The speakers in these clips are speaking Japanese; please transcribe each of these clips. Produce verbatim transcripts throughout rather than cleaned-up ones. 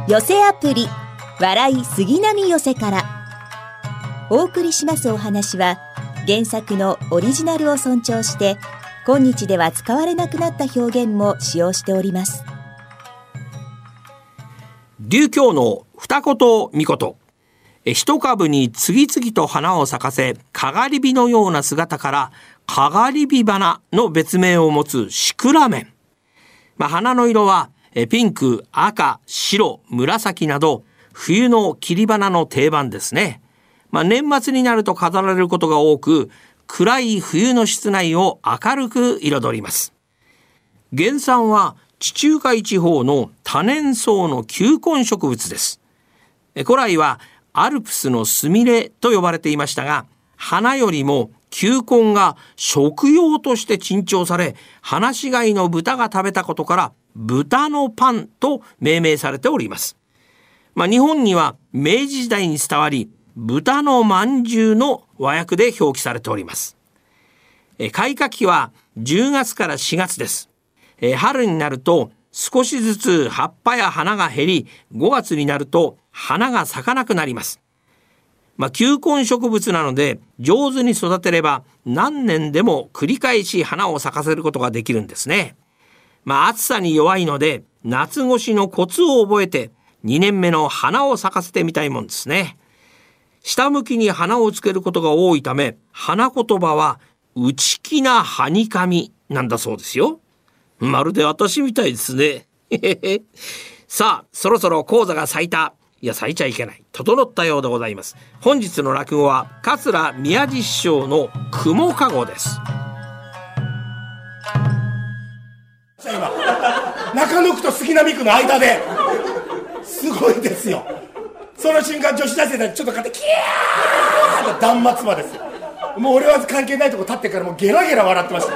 寄せアプリ笑い杉並寄せからお送りしますお話は、原作のオリジナルを尊重して今日では使われなくなった表現も使用しております。 琉球の二言三言。一株に次々と花を咲かせ、かがり火のような姿からかがり火花の別名を持つシクラメン。まあ、花の色はピンク、赤、白、紫など冬の切り花の定番ですね。まあ、年末になると飾られることが多く、暗い冬の室内を明るく彩ります。原産は地中海地方の多年草の球根植物です。古来はアルプスのスミレと呼ばれていましたが、花よりも球根が食用として珍重され、放し飼いの豚が食べたことから豚のパンと命名されております。まあ、日本には明治時代に伝わり、豚のまんじゅうの和訳で表記されております。え開花期はじゅうがつからしがつです。え春になると少しずつ葉っぱや花が減り、ごがつになると花が咲かなくなります。まあ、球根植物なので上手に育てれば何年でも繰り返し花を咲かせることができるんですね。まあ、暑さに弱いので夏越しのコツを覚えてにねんめの花を咲かせてみたいもんですね。下向きに花をつけることが多いため、花言葉は内気なはにかみなんだそうですよ。まるで私みたいですね。さあ、そろそろ講座が咲いた。いや、咲いちゃいけない。整ったようでございます。本日の落語は桂宮治師匠の雲かごです。 今中野区と杉並区の間ですごいですよ。その瞬間女子大生たちちょっと勝ってキャーッと断末魔ですよ。もう俺は関係ないとこ立ってからもうゲラゲラ笑ってました。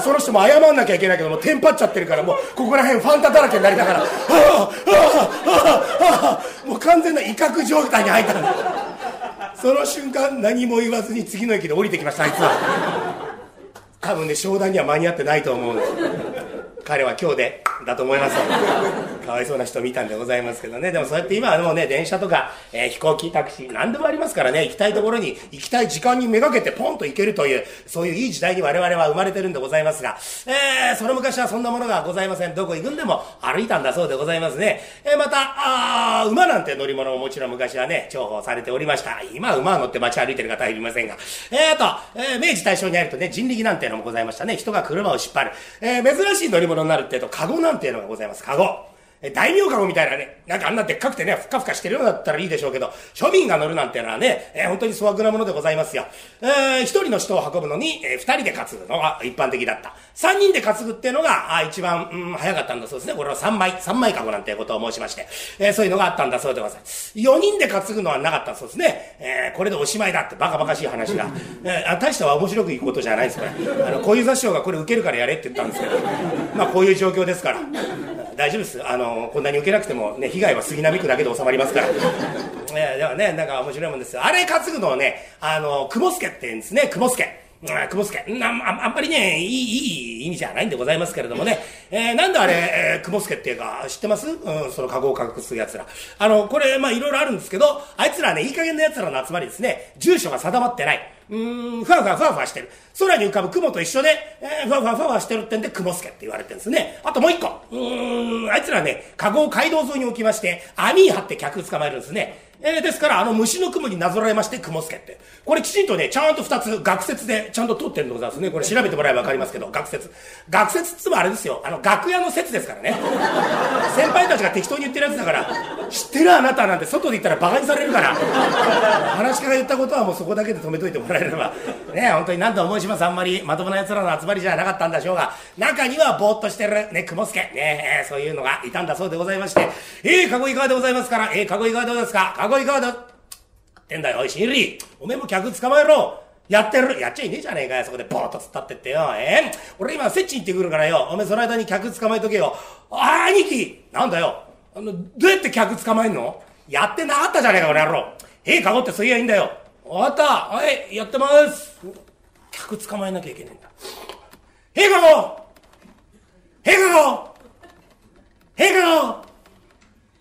その人も謝んなきゃいけないけどもテンパっちゃってるから、もうここら辺ファンタだらけになりながら、はぁはぁはぁもう完全な威嚇状態に入ったんです。その瞬間何も言わずに次の駅で降りてきました。あいつは多分ね、商談には間に合ってないと思うんです。彼は今日でだと思います。かわいそうな人見たんでございますけどね。でもそうやって今はもうね、電車とか、えー、飛行機、タクシー何でもありますからね、行きたいところに行きたい時間にめがけてポンと行けるという、そういういい時代に我々は生まれてるんでございますが、えー、その昔はそんなものがございません。どこ行くんでも歩いたんだそうでございますね。えー、またあ馬なんて乗り物ももちろん昔はね重宝されておりました。今馬は乗って街歩いてる方はいりませんが、えーと、えー、明治大正に入るとね、人力なんていうのもございましたね。人が車を引っ張る、えー、珍しい乗り物になるっていうとカゴなんていうのがございます。カゴ、大名カゴみたいなね、なんかあんなでっかくてね、ふかふかしてるようだったらいいでしょうけど、庶民が乗るなんていうのはね、えー、本当に粗悪なものでございますよ。えー、一人の人を運ぶのに、えー、二人で担ぐのが一般的だった。三人で担ぐっていうのがあ一番、うん、早かったんだそうですね。これは三枚、三枚カゴなんていうことを申しまして、えー、そういうのがあったんだそうでございます。四人で担ぐのはなかったそうですね。えー、これでおしまいだってバカバカしい話が、えー、大したは面白くいくことじゃないですから。あの小遊三師匠がこれ受けるからやれって言ったんですけど、まあこういう状況ですから。大丈夫です。あのこんなに受けなくてもね、被害は杉並区だけで収まりますから。えー、でもね、なんか面白いもんですよ。あれ担ぐのをね、あの雲助って言うんですね。雲助、雲助、あ, あ, あんまりねいい、いい意味じゃないんでございますけれどもね、えー、なんであれ、えー、雲助っていうか知ってます？うん、そのカゴを隠すやつら。あのこれまあいろいろあるんですけど、あいつらね、いい加減なやつらの集まりですね。住所が定まってない。うーん、ふわふわふわふわしてる。空に浮かぶ雲と一緒で、えー、ふわふわふわふわしてるってんで雲助って言われてるんですね。あともう一個、うーん、あいつらね、カゴを街道沿いに置きまして、網張って客捕まえるんですね。えー、ですからあの虫の雲になぞらえまして雲助って、これきちんとねちゃんとふたつ学説でちゃんと取ってるんでございますね。これ調べてもらえば分かりますけど、学説学説っつもあれですよ、あの楽屋の説ですからね。先輩たちが適当に言ってるやつだから、知ってるあなたなんて外で言ったらバカにされるから、話し家が言ったことはもうそこだけで止めといてもらえればね。本当に何度も申します。あんまりまともなやつらの集まりじゃなかったんでしょうが、中にはぼーっとしてるね雲助ね、えー、そういうのがいたんだそうでございまして、えー、かごいかがでございますから、えー、かごいかがどうですか、かごいかがだってんだよ。おい新入り、おめえも客捕まえろ。やってる、やっちゃいねえじゃねえかよ。そこでボーっと突っ立ってってよ。えー、俺今設置行ってくるからよ、おめえその間に客捕まえとけよ。あー兄貴、なんだよ、あのどうやって客捕まえんの？やってなかったじゃねえかこの野郎。えー、かごってそういやいいんだよ。わかった、はいやってます。客捕まえなきゃいけねえんだ。へいかご、へいかご、へいかご、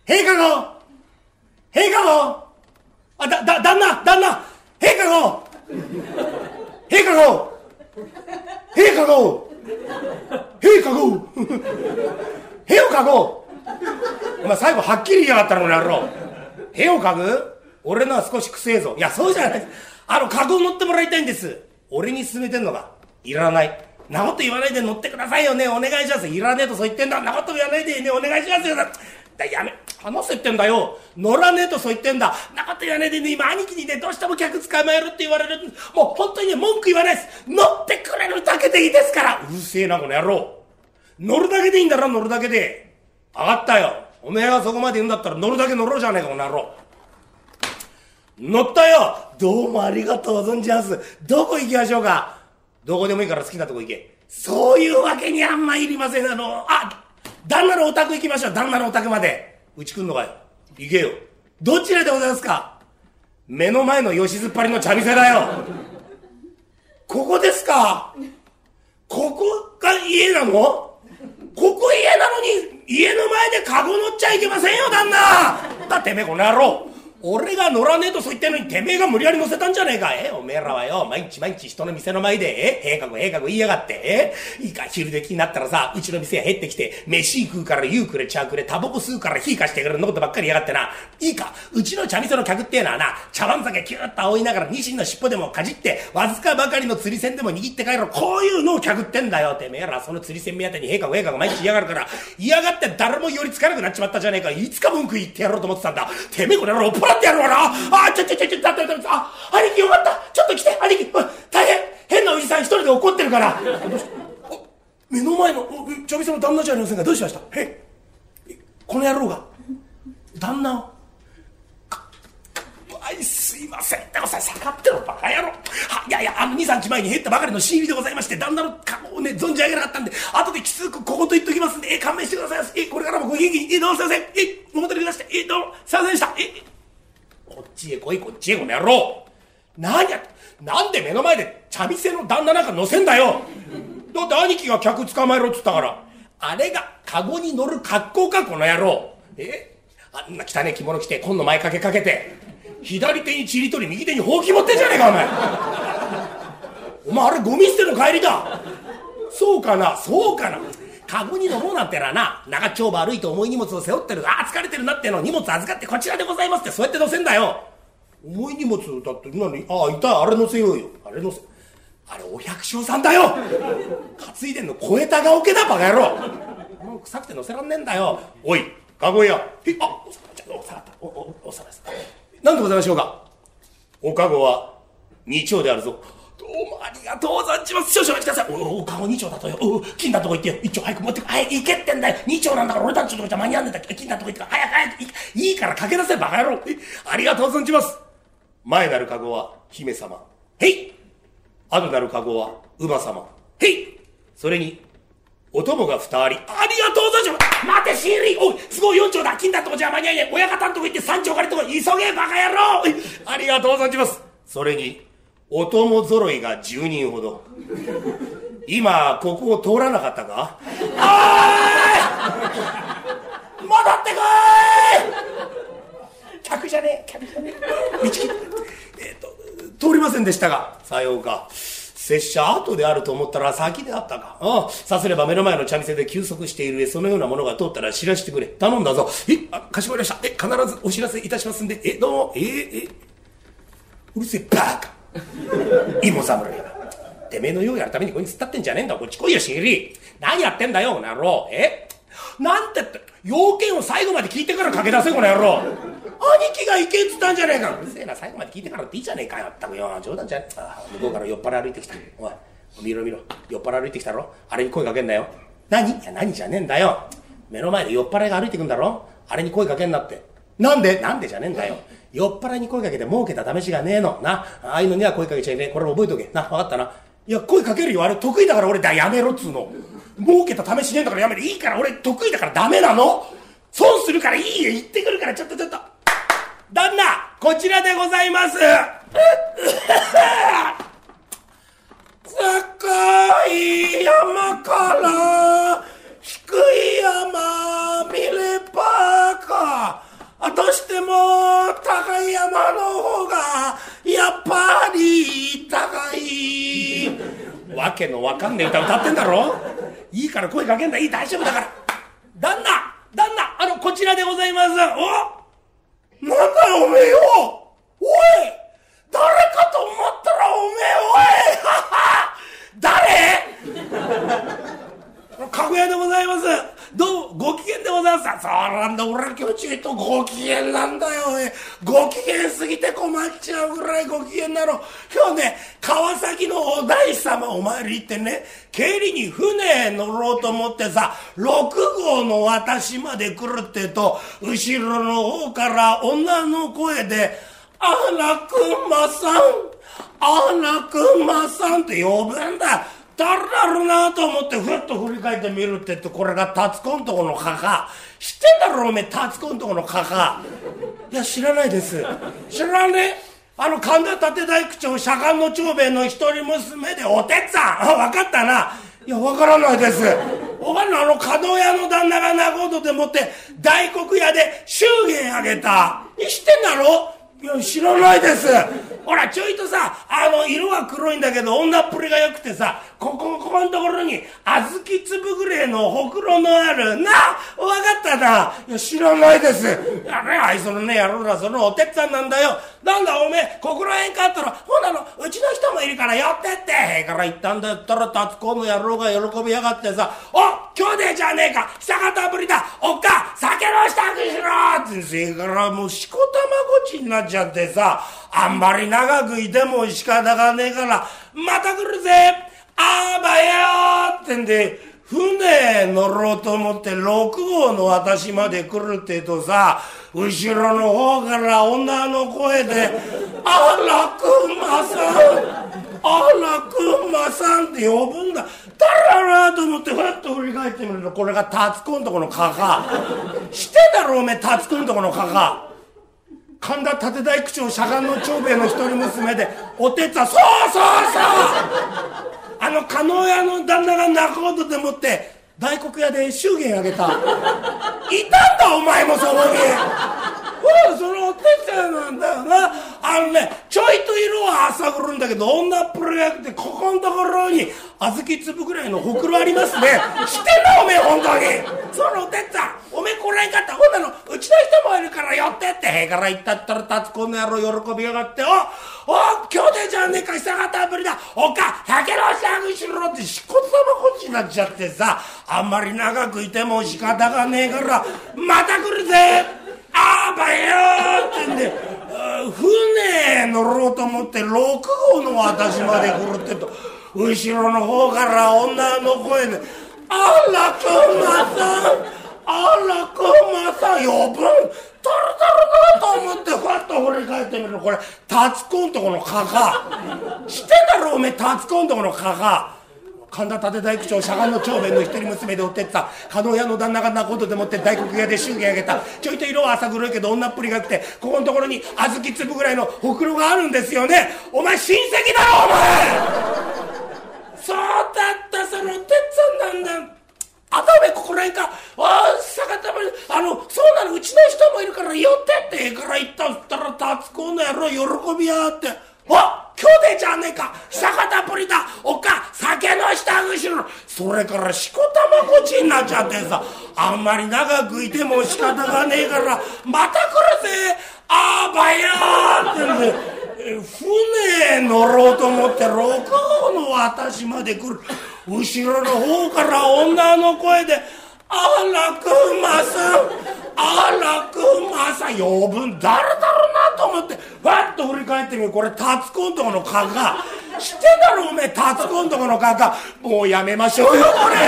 へいかごへいかごあ、だ、だ、旦那旦那へいかごへいかごへいかごへいかごへをかごお前最後はっきり言いやがったのこの野郎。へをかぐ俺のは少しくせえぞ。いやそうじゃない。あのかご乗ってもらいたいんです。俺に勧めてんのがいらない。なこと言わないで乗ってくださいよね、お願いします。いらねえとそう言ってんだ。なこと言わないでね、お願いしますよ。だやめ話せってんだよ。乗らねえとそう言ってんだ。なこと言わないでね、今兄貴にねどうしても客捕まえるって言われる。もう本当にね文句言わないです。乗ってくれるだけでいいですから。うるせえなこの野郎。乗るだけでいいんだろ、乗るだけで。分かったよ。おめえがそこまで言うんだったら乗るだけ乗ろうじゃねえかこの野郎。乗ったよ。どうもありがとう存じます。どこ行きましょうか。どこでもいいから好きなとこ行け。そういうわけにあんまいりません。あのあ旦那のお宅行きましょう。旦那のお宅まで。うち来んのかよ。行けよ。どちらでございますか。目の前の吉ずっぱりの茶店だよ。ここですか。ここが家なの。ここ家なのに家の前でカゴ乗っちゃいけませんよ旦那。だってめえこの野郎。俺が乗らねえとそう言ってんのにてめえが無理やり乗せたんじゃねえか。えおめえらはよ毎日毎日人の店の前でえへえかごへえかご言いやがってえいいか昼で気になったらさうちの店へ入ってきて飯食うから湯くれ茶くれタバコ吸うから火貸してくれんのことばっかり言いやがってな。いいかうちの茶店の客ってえのはな茶碗酒キューッと仰いながらニシンの尻尾でもかじってわずかばかりの釣り銭でも握って帰ろう。こういうのを客ってんだよ。てめえらその釣り銭目当てにへえかごへえかご毎日言いやがるから嫌がって誰も寄りつかなくなっちまったじゃねえか。いつか文句言ってやろうと思ってたんだ。てめえこれやろう追っ払ってやろうな。あ、ちょちょちょちょ、だってだってあ、兄貴よかった。ちょっと来て、兄貴。大変、変なおじさん一人で怒ってるから。目の前の茶店の旦那じゃありませんか。どうしました。へえ、この野郎が旦那を。あいすいません。でもさ、下がってろバカ野郎。はいやいや、あのにさんにちまえに減ったばかりの新入りでございまして、旦那の顔をね存じ上げなかったんで、後できつくここと言っときますんで、え勘弁してくださいませ。えこれからもご元気に。えどうもすいません。えお戻りください。えどうもすいませんでした。えこっちへ来いこっちへこの野郎。何やなんで目の前で茶店の旦那なんか乗せんだよ。だって兄貴が客捕まえろっつったから。あれがカゴに乗る格好かこの野郎。えあんな汚ね着物着て紺の前掛けかけて左手にちりとり右手にほうき持ってんじゃねえかお前。お前あれゴミ捨ての帰りだ。そうかなそうかな。カゴに乗ろうなんてらな長丁場歩いて重い荷物を背負ってる。ああ疲れてるなっての荷物預かってこちらでございますってそうやって乗せんだよ。重い荷物だって何ああいたあれ乗せようよ。あれ乗せあれお百姓さんだよ。担いでんの小枝が桶だバカ野郎。もう臭くて乗せらんねえんだよ。おいカゴやえあおさちょっとおさらったおおおさらです何でございましょうか。おカゴは二丁であるぞ。どうもありがとうございます。少々お待ちください。おお、顔二丁だとよ。お金だとこ行ってよ。一丁早く持ってく。はい、行けってんだよ。二丁なんだから俺たちのとこじゃ間に合わねえんだ。金だとこ行って早く早く。いいから駆け出せバカ野郎。ありがとう存じます。前なるカゴは姫様。へい。後なるカゴは馬様。へい。それにお供が二人。ありがとう存じます。待てシーリー。おいすごい四丁だ。金だとこじゃ間に合いねえ。親方のとこ行って三丁借りとこ急げバカ野郎。ありがとう存じます。それにお供揃いがじゅうにんほど。今ここを通らなかったか。おーい戻ってこい。客じゃねえ客じゃねえ。道切ってえっと通りませんでしたが。さようか。拙者後であると思ったら先であったか。ああさすれば目の前の茶店で休息しているそのようなものが通ったら知らせてくれ。頼んだぞ。えあかしこまりました。え必ずお知らせいたしますんで。えどうもええうるせえバカ。芋侍がてめえの用やるためにここに突っ立ってんじゃねえんだ。こっち来いよしげり。何やってんだよこの野郎。えなんてって要件を最後まで聞いてから駆け出せこの野郎。兄貴が行けっつったんじゃねえか。うるせえな最後まで聞いてからっていいじゃねえかよ。まったくよ冗談じゃねえ。あ向こうから酔っ払い歩いてきた。おい見ろ見ろ酔っ払い歩いてきたろ。あれに声かけんなよ。何いや何じゃねえんだよ。目の前で酔っ払いが歩いてくんだろ。あれに声かけんなって。なんでなんでじゃねえんだよ。酔っ払いに声かけて儲けた試しがねえのな。ああいうのには声かけちゃいねえ。これ覚えとけな。分かったな。いや声かけるよ。あれ得意だから俺だやめろっつうの。儲けた試しねえんだからやめる。いいから俺得意だからダメなの。損するからいいよ。行ってくるからちょっとちょっと旦那こちらでございます。高い山から低い山見ればかけのわかんねえ歌歌ってんだろ。いいから声かけんだ。いい、大丈夫だから。旦那旦那、あのこちらでございます。お、なんだよおめえよ。おい、誰かと思ったらおめえ、おい誰かぐやでございます。どうご機嫌でございます。そうなんだ、俺は今日ちょいとご機嫌なんだよ。ご機嫌すぎて困っちゃうぐらいご機嫌なの。今日ね、川崎のお大師様お参り行ってね、帰りに船乗ろうと思ってさ、ろくごうの私まで来るってと、後ろの方から女の声で、あらくまさん、あらくまさんって呼ぶんだ。誰だろうなと思ってふっと振り返ってみるってって、これが達子んとこの母。知ってんだろおめえ、達子んとこの母。いや知らないです。知らねえ。あの神田立大工町左官の長兵衛の一人娘でおてっつぁん。あ、分かったな。いや分からないです。分かんない。あの角屋の旦那が仲人でもって大黒屋で祝言あげた。知ってんだろ。いや知らないです。ほらちょいとさ、あの色は黒いんだけど女っぷりが良くてさ、ここここのところに小豆粒ぐらいのほくろのあるな。分かったな。いや知らないです。いやね、あいつのね野郎だ、そのおてっつぁんなんだよ。なんだおめえ心縁かったら、ほんなのうちの人もいるから寄ってってへから言ったんだよ。ったら達子の野郎が喜びやがってさ、お兄弟じゃねえか、久方ぶりだ、おっか酒の支度しろってせえからもうしこたまごちになっちゃってさ、あんまり長くいても仕方がねえからまた来るぜあーばよーってんで、船乗ろうと思ってろくごうの私まで来るってとさ、後ろの方から女の声であらくまさん、あらくまさんって呼ぶんだ。誰だろうと思ってふっと振り返ってみると、これが達子んとこの母。知ってんだろおめえ、達子んとこの母。神田立大工町左官の長兵衛の一人娘でおてっつぁん。そうそうそう、あの加納屋の旦那が仲人でもって大黒屋で祝言あげた。いたんだお前もそこに。ほらそのおてっちゃんなんだよな。あのね、ちょいと色は浅黒いんだけど女っぷりがくて、ここのところに小豆粒ぐらいのほくろありますね。知ってんだおめえ本当に。そのおてっちゃん、おめえこれんかった。ほんなのうちの人もいるから寄ってってへから言ったったら、達子の野郎喜びやがって、おお兄弟じゃねえか、久方ぶりだ、おっか酒の支度しろってしこたまこっちになっちゃってさ、あんまり長くいても仕方がねえからまた来るぜあーばよーってんで、船乗ろうと思ってろくごうの私まで来るってと、後ろの方から女の声であらくまさん、あらくまさん呼ぶん。誰だろうなと思ってふわっと振り返ってみると、これ達子んとこの母。知ってんだろおめえ、達子んとこの母。神田立大工町左官の長兵衛の一人娘でおってっつぁん。加納屋の旦那が仲人でもって大黒屋で祝言あげた。ちょいと色は浅黒いけど女っぷりがくて、ここのところに小豆粒ぐらいのほくろがあるんですよね。お前親戚だろお前。そうだった、そのおてっつぁんなんだ。あためここらへんか。ああ、坂田まで、あの、そうなの、うちの人もいるから寄ってってえから言ったんったら、達子の野郎喜びやがって。あ、兄弟じゃねえか、久方ぶりだ、おっか酒の下ぐしろ。それからしこたまこちになっちゃってさ、あんまり長くいても仕方がねえからまた来るぜあーばよーってんで、船乗ろうと思ってろくごうの私まで来る。後ろの方から女の声であらくまさん、あらくまさん呼ぶん。誰だろうなと思ってわっと振り返ってみる。これ達子んとこのカカ。知ってんだろおめえ、達子んとこのカカ。もうやめましょうよこれ。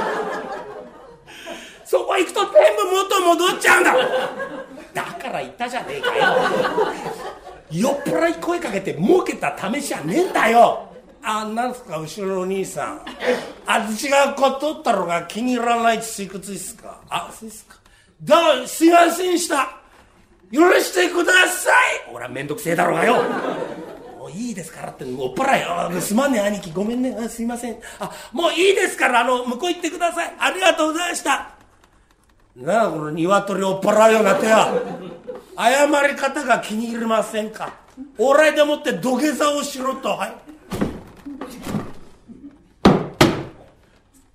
そこ行くと全部元戻っちゃうんだ。だから言ったじゃねえかよ。酔っ払い声かけて儲けた試しはねえんだよ。あ、なんすか後ろのお兄さん。私が断ったのが気に入らないっていくつですか。あ、そうですか。どうすいませんした。許してください。ほらめんどくせえだろうがよ。もういいですからって、もうおっぱらい。あ、すまんねえ兄貴、ごめんね。あ、すいません。あ、もういいですから、あの向こう行ってください。ありがとうございました。なあこの鶏おっぱらいような手は。謝り方が気に入りませんか。おらいでもって土下座をしろと。はい。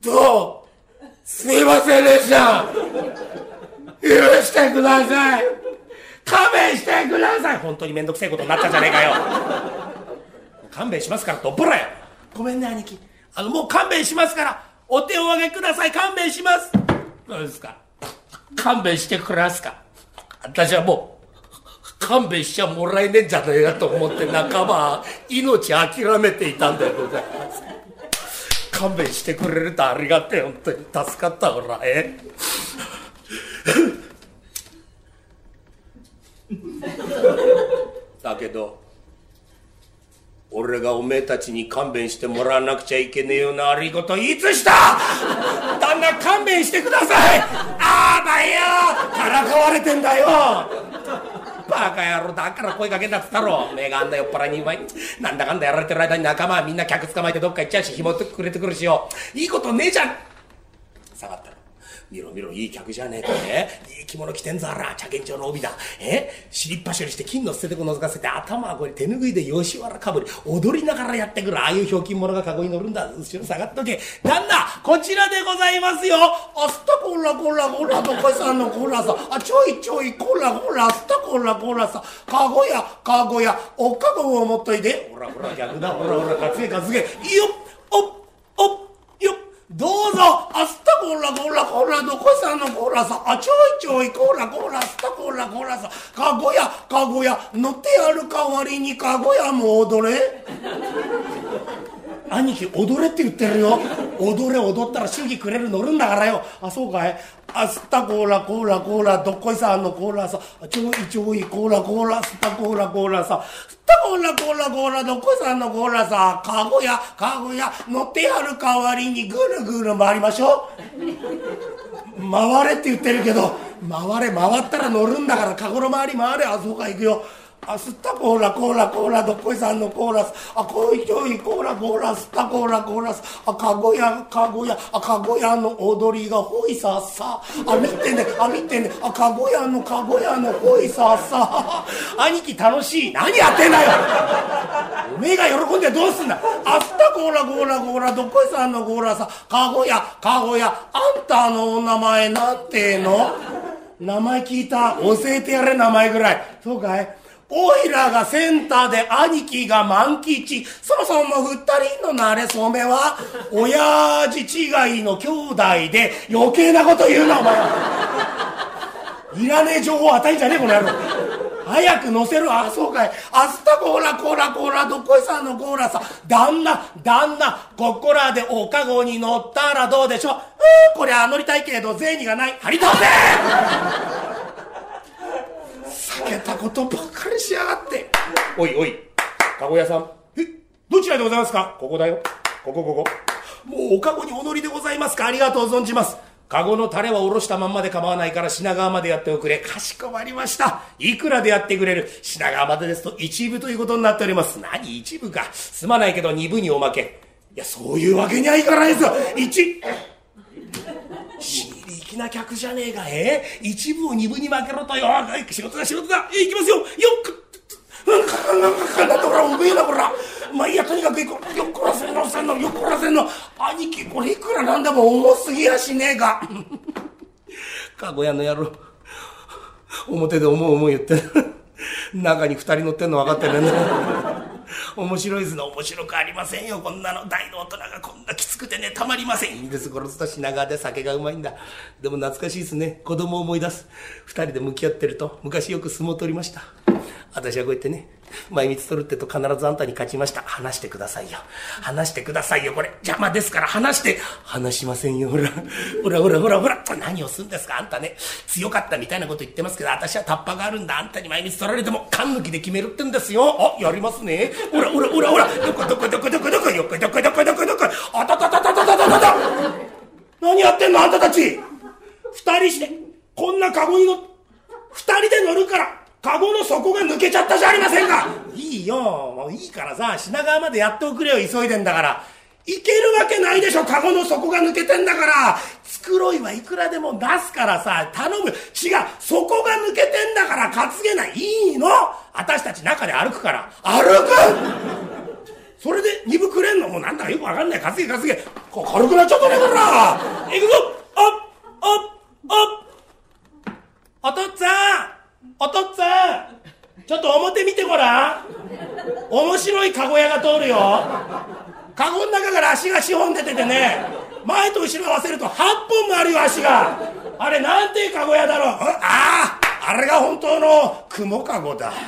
と、すいませんでした。許してください。勘弁してください。本当にめんどくせえことになったじゃねえかよ。勘弁しますからどっぽらや。ごめんね兄貴。あのもう勘弁しますからお手をお挙げください。勘弁します。どうですか。勘弁してくれますか。私はもう勘弁しちゃもらえねえんじゃねえかと思って仲間命諦めていたんでございます。勘弁してくれるとありがてえ。本当に助かったほら。えだけど俺がおめえたちに勘弁してもらわなくちゃいけねえような悪いこといつした。旦那勘弁してください。ああばいよからかわれてんだよ。バカ野郎だから声かけたっつったろ。おめえがあんな酔っ払いにうまいなんだかんだやられてる間に仲間はみんな客捕まえてどっか行っちゃうし紐ってくれてくるしよ。いいことねえじゃん。下がったろ。見ろ見ろいい客じゃねえかね。いい着物着てんぞあら茶検長の帯だ。え尻っ端にして金の捨ててこのぞかせて頭はこれ手ぬぐいで吉原かぶり踊りながらやってくる。ああいうひょうきん者がカゴに乗るんだ。後ろ下がっとけ。旦那こちらでございますよ。あすたこらこらこらどこさんのこらさあちょいちょいこらこらすたこらこらさかごやかごやおっかごを持っといて。ほらほら逆だ。ほらほら担げ担げ。いいよおっおっよっどうぞ。あすたこらこらこらどこさんのこらさあちょいちょいこらこらすたこらこらさかごやかごや乗ってやる代わりにかごやも踊れ。兄貴踊れって言ってるよ。踊れ踊ったら祝儀くれる乗るんだからよ。あそうかい。あすったこらこらこらどっこいさんのこらさちょいちょいこらこらすったこらこらさすったこらこらこらどっこいさんのこらさかごやかごや乗ってやる代わりにぐるぐる回りましょう。回れって言ってるけど回れ回ったら乗るんだからかごの周り回れ。あそうか行くよ。あすったコーラコーラコーラどっこいさんのコーラスあこいちょいコーラコーラすったコーラコーラスあかごやかごやあかごやの踊りがほいさっさあ見てねあ見てねあかごやのかごやのほいさっさ。兄貴楽しい。何やってんだよ。おめえが喜んでどうすんだ。あすったコーラコーラコーラどっこいさんのコーラさかごやかごやあんたのお名前なんての。名前聞いた。教えてやれ名前ぐらい。そうかい。おいらがセンターで兄貴が万吉。そもそも二人の馴れ初めは親父違いの兄弟で余計なこと言うなお前は。いらねえ情報与えんじゃねえこの野郎。早く乗せろ。あそうかい。あすたコーラコーラコーラどっこいさんのコーラさ旦那旦那ここらでおかごに乗ったらどうでしょう。うーこりゃ乗りたいけど銭がない。張り倒せ。避けたことばっかりしやがって。おいおいかご屋さんえどちらでございますか。ここだよここここ。もうおかごにお乗りでございますか。ありがとう存じます。かごのタレはおろしたまんまで構わないから品川までやっておくれ。かしこまりました。いくらでやってくれる。品川までですと一部ということになっております。何一部か。すまないけど二部におまけ。いやそういうわけにはいかないですよ。一しりいきな客じゃねえか。えー、一部を二部に負けろとよ。仕事だ仕事だ。えー、行きますよ。よっかかかかなとこらおめえなこら。まあいいやとにかくよっこらせんのせんのよっこらせんの。兄貴これいくらなんでも重すぎやしねえか。かご屋の野郎表で思う思う言って中に二人乗ってんの分かってるね。面白いですね。面白くありませんよこんなの。大の大人がこんなきつくてねたまりません。いいんですこれと品川で酒がうまいんだ。でも懐かしいですね。子供を思い出す。二人で向き合ってると昔よく相撲取りました。私はこうやってね前みつ取るってと必ずあんたに勝ちました。話してくださいよ話してくださいよ。これ邪魔ですから話して。話しませんよ。ほらほらほらほらほら何をするんですかあんたね。強かったみたいなこと言ってますけど私はタッパがあるんだ。あんたに前みつ取られても勘抜きで決めるってんですよ。あやりますね。ほらほらほらほらどこどこどこどこどこよこどこどこどこどこあたたたたたたたたた。何やってんのあんたたち。二人してこんなカゴに乗二人で乗るからカゴの底が抜けちゃったじゃありませんか。いいよもういいからさ品川までやっておくれよ急いでんだから。いけるわけないでしょカゴの底が抜けてんだから。繕いはいくらでも出すからさ頼む。違う底が抜けてんだから担げない。いいの私たち中で歩くから。歩くそれでにぶくれんの？もうなんだかよくわかんない。担げ担げ。こう軽くなっちゃったね、こら。行くぞ。おっ、おっ、おっ。おとっつぁん、おとっつぁん。ちょっと表見てごらん。面白いカゴ屋が通るよ。カゴの中から足がよんほん出ててね、前と後ろ合わせるとはっぽんもあるよ、足が。あれなんてカゴ屋だろう。ああ、あれが本当の雲カゴだ。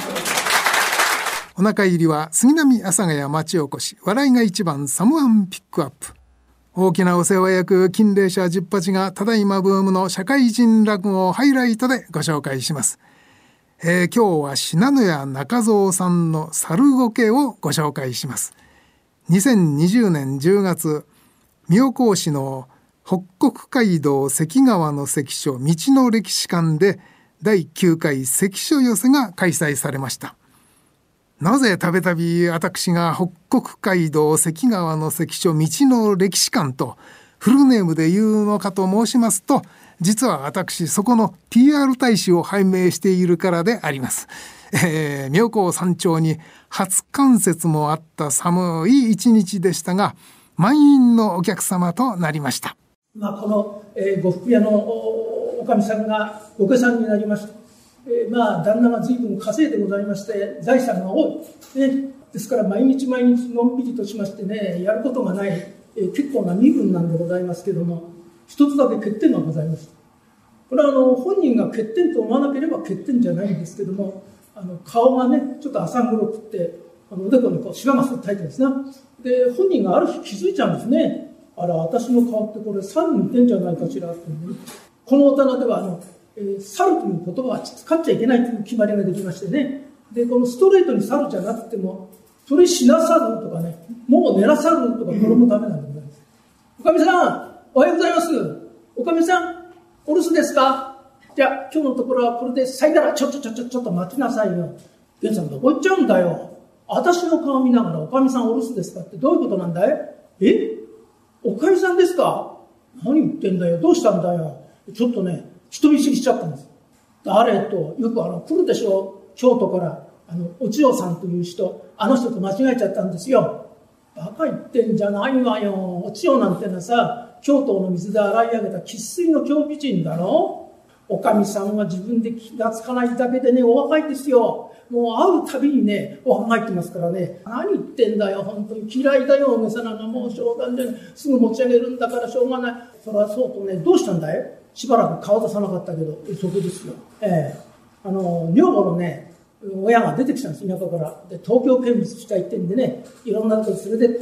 お腹入りは杉並阿佐ヶ谷町おこし、笑いが一番サムワンピックアップ。大きなお世話役金霊社十八がただいまブームの社会人落語をハイライトでご紹介します。えー、今日は信濃屋中蔵さんの猿ゴケをご紹介します。にせんにじゅうねんじゅうがつ、妙高市の北国街道関川の関所道の歴史館でだいきゅうかい関所寄せが開催されました。なぜたびたび私が北国街道関川の関所道の歴史館とフルネームで言うのかと申しますと、実は私そこの ピーアール 大使を拝命しているからであります。えー、妙高山頂に初冠雪もあった寒い一日でしたが、満員のお客様となりました。 まあ、この、えー、呉服屋の お, おかみさんがご家さんになりました。えー、まあ旦那が随分稼いでございまして財産が多い、ね、ですから毎日毎日のんびりとしましてね、やることがない、えー、結構な身分なんでございますけども、一つだけ欠点がございました。これはあの本人が欠点と思わなければ欠点じゃないんですけども、あの顔がねちょっと浅黒くってあのおでこにこうシワがするタイプですな。で本人がある日気づいちゃうんですね。あら私の顔ってこれ猿に似てんじゃないかしらって、ね、このお棚ではあの、えー、猿という言葉は使っちゃいけないという決まりができましてね。でこのストレートに猿じゃなくてもそれしなさるとかね、もう寝なさるとかこれもダメなんでございます。おかみさんおはようございます。おかみさんお留守ですか。じゃあ今日のところはこれで咲いたらちょちょちょちょちょっと待ちなさいよ。源さんどこ行っちゃうんだよ。私の顔見ながらおかみさんお留守ですかってどういうことなんだい。えおかみさんですか。何言ってんだよ。どうしたんだよ。ちょっとね人見知りしちゃったんです。誰とよくあの来るでしょ、京都からあのお千代さんという人、あの人と間違えちゃったんですよ。バカ言ってんじゃないわよ。お千代なんてのはさ、京都の水で洗い上げた生粋の京美人だろ。おかみさんは自分で気がつかないだけでねお若いですよ。もう会うたびにねお若いってますからね。何言ってんだよ、本当に嫌いだよ。おめさなんかもうしょうがない、すぐ持ち上げるんだからしょうがない。そりゃそうとね、どうしたんだい。しばらく顔出さなかったけど、そこですよ。ええー、あの女房のね親が出てきたんです、田舎から。で東京見物したいってんでね、いろんなとこ連れてって、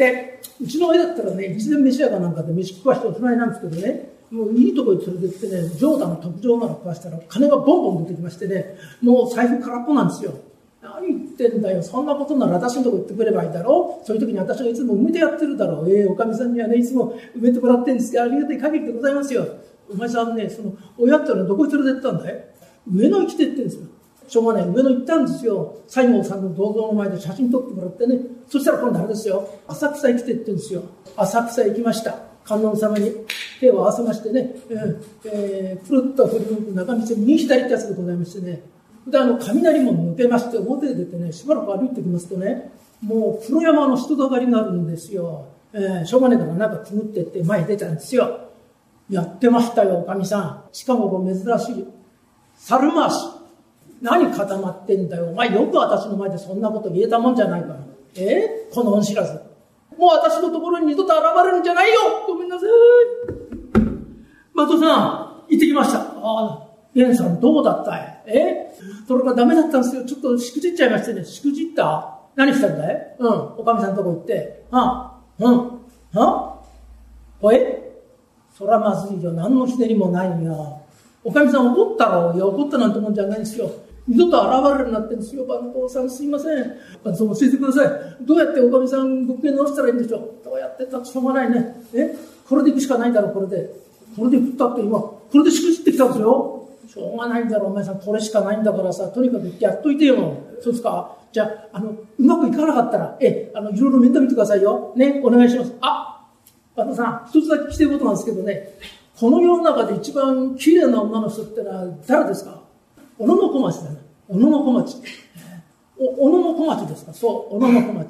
うちの親だったらね一年飯屋かなんかで飯食わしておしまいなんですけどね、もういいとこに連れてってね、上段の特上なの食わしたら金がボンボン出てきましてね、もう財布空っぽなんですよ。何言ってんだよ、そんなことなら私のとこ行ってくればいいだろう。そういう時に私がいつも埋めてやってるだろう。ええー、おかみさんにはねいつも埋めてもらってるんですけど、ありがたい限りでございますよ。お前さんね、その親ってのはどこに連れてったんだい。上野に来てってんですよ。しょうがない、上野行ったんですよ。西郷さんの銅像の前で写真撮ってもらってね。そしたら今度あれですよ、浅草に来てってんですよ。浅草行きました。観音様に手を合わせましてね、えーえー、くるっと振り向く中道右左ってやつでございましてね。であの雷門抜けまして表へ出てね、しばらく歩いてきますとね、もう黒山の人だかりがあるんですよ。えー、しょうがないからなんかくぐってって前に出たんですよ。やってましたよ、おかみさん。近頃珍しい猿回し。何固まってんだよ。お前よく私の前でそんなこと言えたもんじゃないか。えー、この恩知らず。もう私のところに二度と現れるんじゃないよ。ごめんなさい。松尾さん、行ってきました。ああ、源さんどうだったい。えー、それがダメだったんですよ。ちょっとしくじっちゃいましてね。しくじった。何したんだい。うん、おかみさんのとこ行って。ああ、うん、あおえそらまずいよ。何のひねりもないよ。おかみさん怒ったろう。いや怒ったなんてもんじゃないんですよ。二度と現れるようになってるんですよ。番頭さんすいません。番頭さん教えてください。どうやっておかみさんご機嫌直したらいいんでしょう。どうやってたってしょうがないね。えこれで行くしかないだろう。これでこれで行ったって今これでしくじってきたんですよ。しょうがないんだろう。お前さんこれしかないんだからさ、とにかくやっといてよ。そうですか。じゃあ、あのうまくいかなかったらえあのいろいろ面倒見てくださいよね。お願いします。あ番頭さん一つだけ聞きたいことなんですけどね、この世の中で一番綺麗な女の人ってのは誰ですか。小野小町だな。小野小町。お小野小町ですか。そう、小野小町。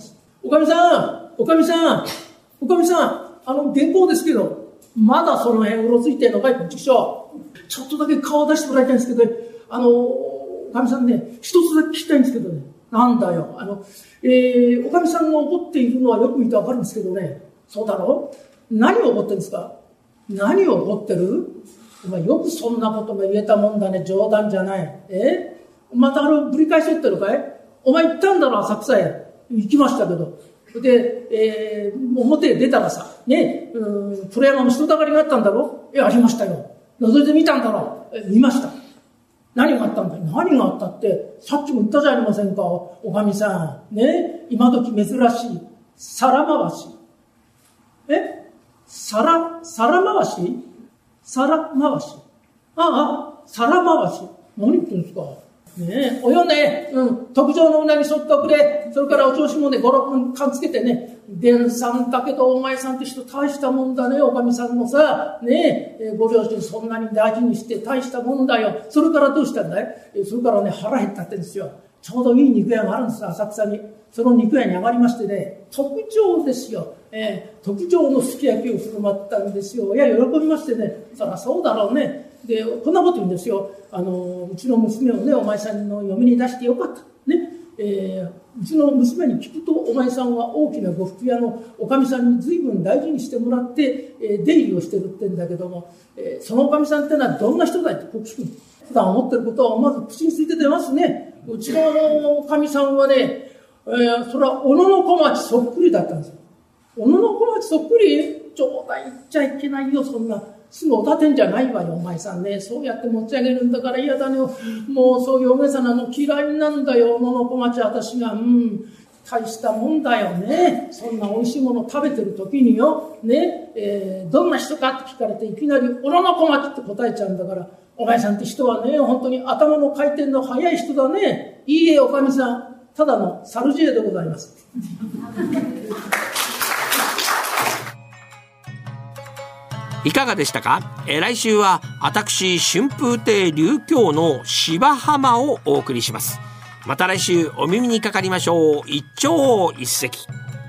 おかみさん、おかみさん、おかみさん、あの、原稿ですけど、まだその辺うろついてんのかい、こっちちょっとだけ顔出してもらいたいんですけど、あの、おかみさんね、一つだけ聞きたいんですけどね、なんだよ、あの、えー、おかみさんが怒っているのはよく見てわかるんですけどね、そうだろう？何を怒ってるんですか？何を怒ってる？お前よくそんなことも言えたもんだね、冗談じゃない。え？またあれぶり返しとってるかい？お前行ったんだろ、浅草へ。行きましたけど。で、えー、表へ出たらさ、ね、うん、プロ山の人だかりがあったんだろ？え、ありましたよ。覗いてみたんだろ？え、見ました。何があったんだい？何があったって、さっきも言ったじゃありませんか、おかみさん。ね、今時珍しい、皿回し。え？皿、皿回し？皿回し。ああ、皿回し。何言ってんですか？ねえ、およね、うん、特上のうなぎそっとくれ。それからお調子もね、ご、ろっぷん勘つけてね。伝さんだけどお前さんって人大したもんだね、おかみさんもさ。ねえ、ご両親そんなに大事にして大したもんだよ。それからどうしたんだい？それからね、腹減ったってんですよ。ちょうどいい肉屋があるんですよ、浅草に。その肉屋に上がりましてね、特上ですよ。えー、特上のすき焼きを振る舞ったんですよ。いや、喜びましてね、そりゃそうだろうね。で、こんなこと言うんですよ。あの、うちの娘をね、お前さんの嫁に出してよかった。ね。えー、うちの娘に聞くと、お前さんは大きな呉服屋のおかみさんに随分大事にしてもらって、えー、出入りをしてるってんだけども、えー、そのおかみさんってのはどんな人だいってこう聞く。普段思ってることは思わず口について出ますね。うちのおかみさんはね、えー、それは小野の小町そっくりだったんですよ。小野の小町そっくり？冗談言っちゃいけないよ、そんな。すぐお立てんじゃないわよ、お前さんね。そうやって持ち上げるんだから嫌だね。もうそういうおめさなの嫌いなんだよ、小野の小町私が。うん。大したもんだよね。そんな美味しいもの食べてる時によ。ね。えー、どんな人かって聞かれていきなり小野の小町って答えちゃうんだから、お前さんって人はね、本当に頭の回転の速い人だね。いいえ、おかみさん。ただのサルジエでございます。 いかがでしたか？え来週は私春風亭琉京の芝浜をお送りします。また来週お耳にかかりましょう。一朝一夕。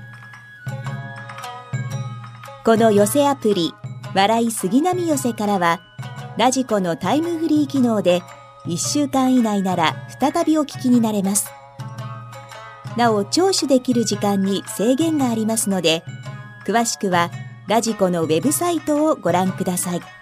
この寄せアプリ笑い杉並寄せからはラジコのタイムフリー機能でいっしゅうかん以内なら再びお聞きになれます。なお聴取できる時間に制限がありますので、詳しくはラジコのウェブサイトをご覧ください。